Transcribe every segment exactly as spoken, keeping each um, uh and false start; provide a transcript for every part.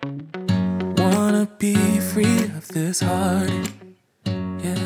Wanna be free of this heart, yeah.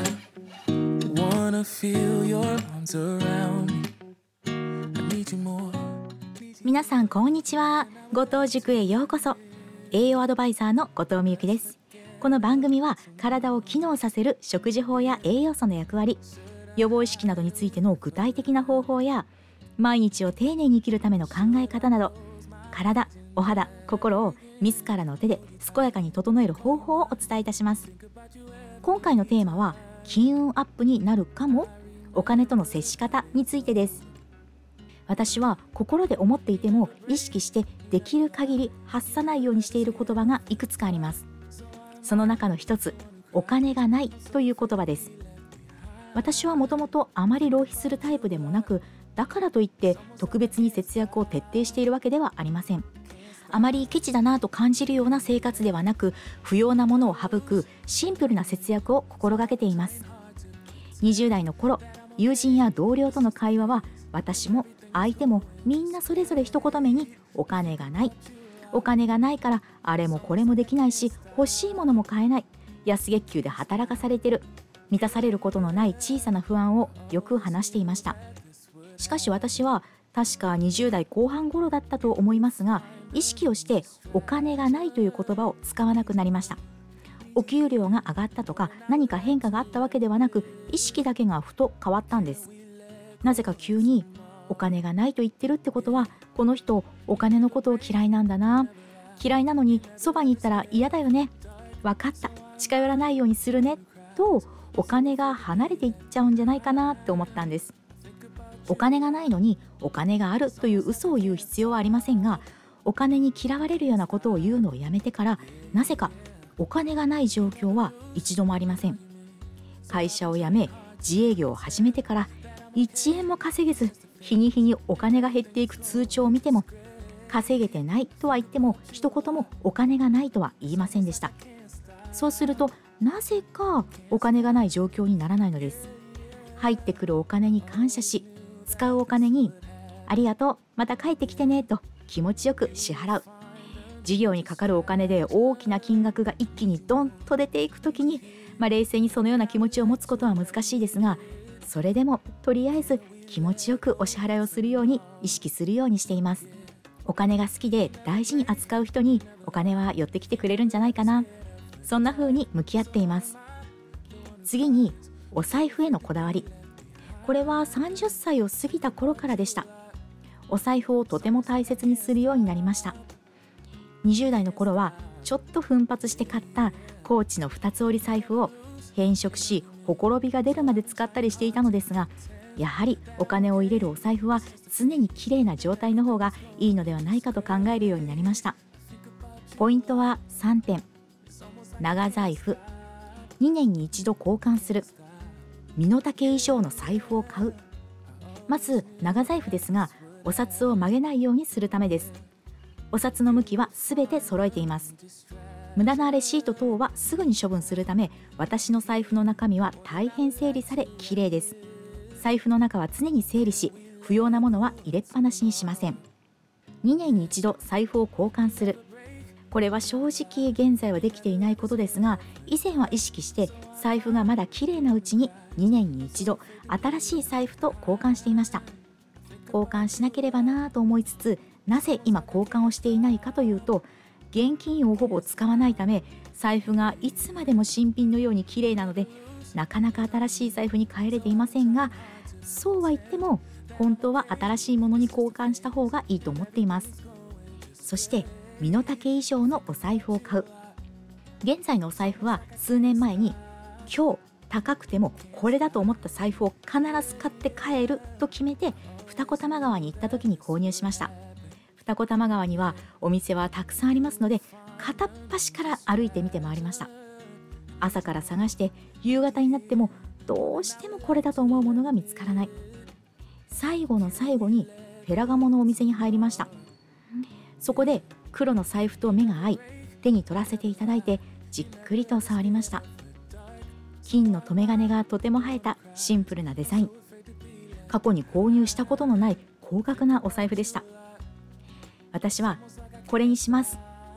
Wanna feel your arms around me. I need you more. 皆さんこんにちは。後藤塾へようこそ。栄養アドバイザーの後藤美由紀です。この番組は体を機能させる食事法や栄養素の役割、予防意識などについての具体的な方法や、毎日を丁寧に生きるための考え方など、体、お肌、心を自らの手で健やかに整える方法をお伝えいたします。今回のテーマは金運アップになるかも、お金との接し方についてです。私は心で思っていても意識してできる限り発さないようにしている言葉がいくつかあります。その中の一つ、お金がないという言葉です。私はもともとあまり浪費するタイプでもなく、だからといって特別に節約を徹底しているわけではありません。あまりケチだなと感じるような生活ではなく、不要なものを省くシンプルな節約を心がけています。にじゅう代の頃、友人や同僚との会話は、私も相手もみんなそれぞれ一言目にお金がない、お金がないからあれもこれもできないし、欲しいものも買えない、安月給で働かされてる、満たされることのない小さな不安をよく話していました。しかし私は確かにじゅう代後半頃だったと思いますが、意識をしてお金がないという言葉を使わなくなりました。お給料が上がったとか何か変化があったわけではなく、意識だけがふと変わったんです。なぜか急にお金がないと言ってるってことは、この人お金のことを嫌いなんだな、嫌いなのにそばに行ったら嫌だよね、わかった、近寄らないようにするねと、お金が離れていっちゃうんじゃないかなって思ったんです。お金がないのにお金があるという嘘を言う必要はありませんが、お金に嫌われるようなことを言うのをやめてから、なぜかお金がない状況は一度もありません。会社を辞め自営業を始めてからいちえんも稼げず、日に日にお金が減っていく通帳を見ても、稼げてないとは言っても一言もお金がないとは言いませんでした。そうするとなぜかお金がない状況にならないのです。入ってくるお金に感謝し、使うお金にありがとう、また帰ってきてねと気持ちよく支払う。事業にかかるお金で大きな金額が一気にドンと出ていくときに、まあ、冷静にそのような気持ちを持つことは難しいですが、それでもとりあえず気持ちよくお支払いをするように意識するようにしています。お金が好きで大事に扱う人にお金は寄ってきてくれるんじゃないかな、そんな風に向き合っています。次にお財布へのこだわり。これはさんじゅっさいを過ぎた頃からでした。お財布をとても大切にするようになりました。にじゅう代の頃はちょっと奮発して買ったコーチの二つ折り財布を変色し、ほころびが出るまで使ったりしていたのですが、やはりお金を入れるお財布は常にきれいな状態の方がいいのではないかと考えるようになりました。ポイントはさんてん。長財布、にねんに一度交換する、身の丈以上の財布を買う。まず長財布ですが、お札を曲げないようにするためです。お札の向きはすべて揃えています。無駄なレシート等はすぐに処分するため、私の財布の中身は大変整理されきれいです。財布の中は常に整理し、不要なものは入れっぱなしにしません。にねんに一度財布を交換する。これは正直現在はできていないことですが、以前は意識して財布がまだきれいなうちににねんに一度新しい財布と交換していました。交換しなければなぁと思いつつ、なぜ今交換をしていないかというと、現金をほぼ使わないため、財布がいつまでも新品のようにきれいなので、なかなか新しい財布に変えれていませんが、そうは言っても本当は新しいものに交換した方がいいと思っています。そして身の丈以上のお財布を買う。現在のお財布は数年前に、今日高くてもこれだと思った財布を必ず買って帰ると決めて、二子玉川に行った時に購入しました。二子玉川にはお店はたくさんありますので、片っ端から歩いてみて回りました。朝から探して夕方になってもどうしてもこれだと思うものが見つからない。最後の最後にフェラガモのお店に入りました。そこで黒の財布と目が合い、手に取らせていただいてじっくりと触りました。金の留め金がとても映えたシンプルなデザイン。過去に購入したことのない高額なお財布でした。私はこれにします。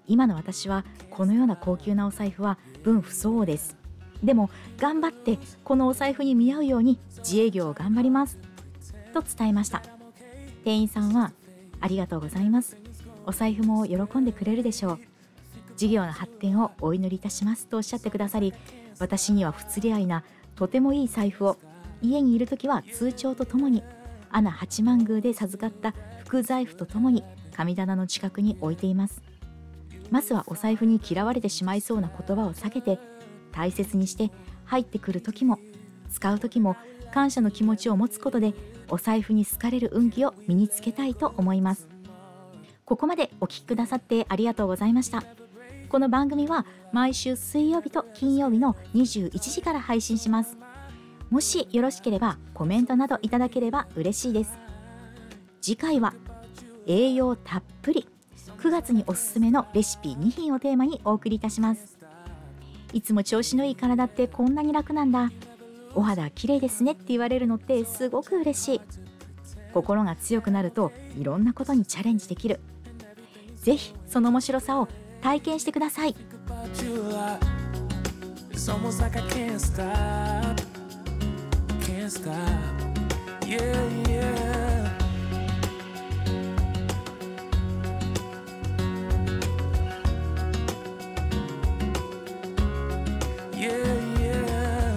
今の私はこのような高級なお財布は分不相応です。でも頑張ってこのお財布に見合うように自営業を頑張りますと伝えました。店員さんは、ありがとうございます、お財布も喜んでくれるでしょう、事業の発展をお祈りいたしますとおっしゃってくださり、私には不釣り合いなとてもいい財布を家にいるときは通帳とともに阿那八幡宮で授かった福財布とともに神棚の近くに置いています。まずはお財布に嫌われてしまいそうな言葉を避けて、大切にして入ってくるときも使うときも感謝の気持ちを持つことで、お財布に好かれる運気を身につけたいと思います。ここまでお聞きくださってありがとうございました。この番組は毎週水曜日と金曜日のにじゅういちじから配信します。もしよろしければコメントなどいただければ嬉しいです。次回は栄養たっぷりくがつにおすすめのレシピに品をテーマにお送りいたします。いつも調子のいい体ってこんなに楽なんだ、お肌綺麗ですねって言われるのってすごく嬉しい。心が強くなるといろんなことにチャレンジできる。ぜひその面白さを体験してください。 It's almost like I can't stop, can't stop, yeah, yeah.